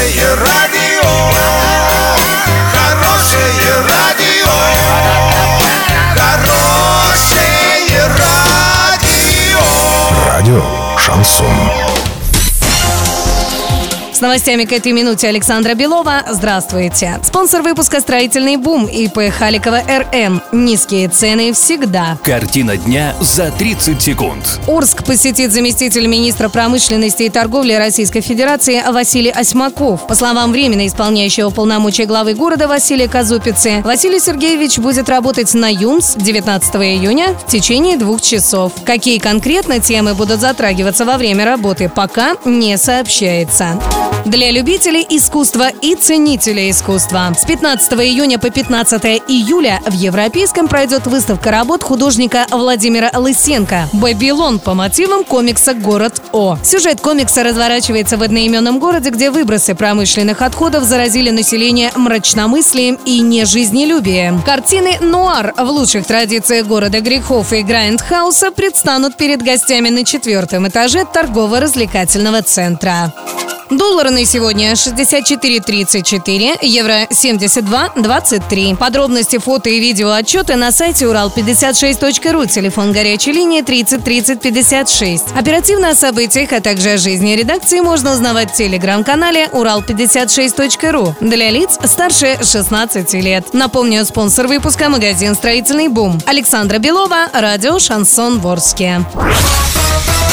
Хорошее радио, хорошее радио, хорошее радио. Радио «Шансон». С новостями к этой минуте Александра Белова. Здравствуйте. Спонсор выпуска «Строительный бум» ИП Халикова РМ. Низкие цены всегда. Картина дня за 30 секунд. Орск посетит заместитель министра промышленности и торговли Российской Федерации Василий Осьмаков. По словам временно исполняющего полномочия главы города Василия Казупицы, Василий Сергеевич будет работать на ЮМС 19 июня в течение 2 часов. Какие конкретно темы будут затрагиваться во время работы, пока не сообщается. Для любителей искусства и ценителей искусства. С 15 июня по 15 июля в Европейском пройдет выставка работ художника Владимира Лысенко «Babylon» по мотивам комикса «Город О». Сюжет комикса разворачивается в одноименном городе, где выбросы промышленных отходов заразили население мрачномыслием и нежизнелюбием. Картины нуар в лучших традициях города грехов и Грайндхауса предстанут перед гостями на 4-м этаже торгово-развлекательного центра. Доллары на сегодня 64.34, евро 72.23. Подробности, фото и видео отчеты на сайте урал56.ру, телефон горячей линии 30 30 56. Оперативно о событиях, а также о жизни редакции можно узнавать в телеграм-канале урал56.ру для лиц старше 16 лет. Напомню, спонсор выпуска — магазин «Строительный бум». Александра Белова, радио «Шансон» в Орске.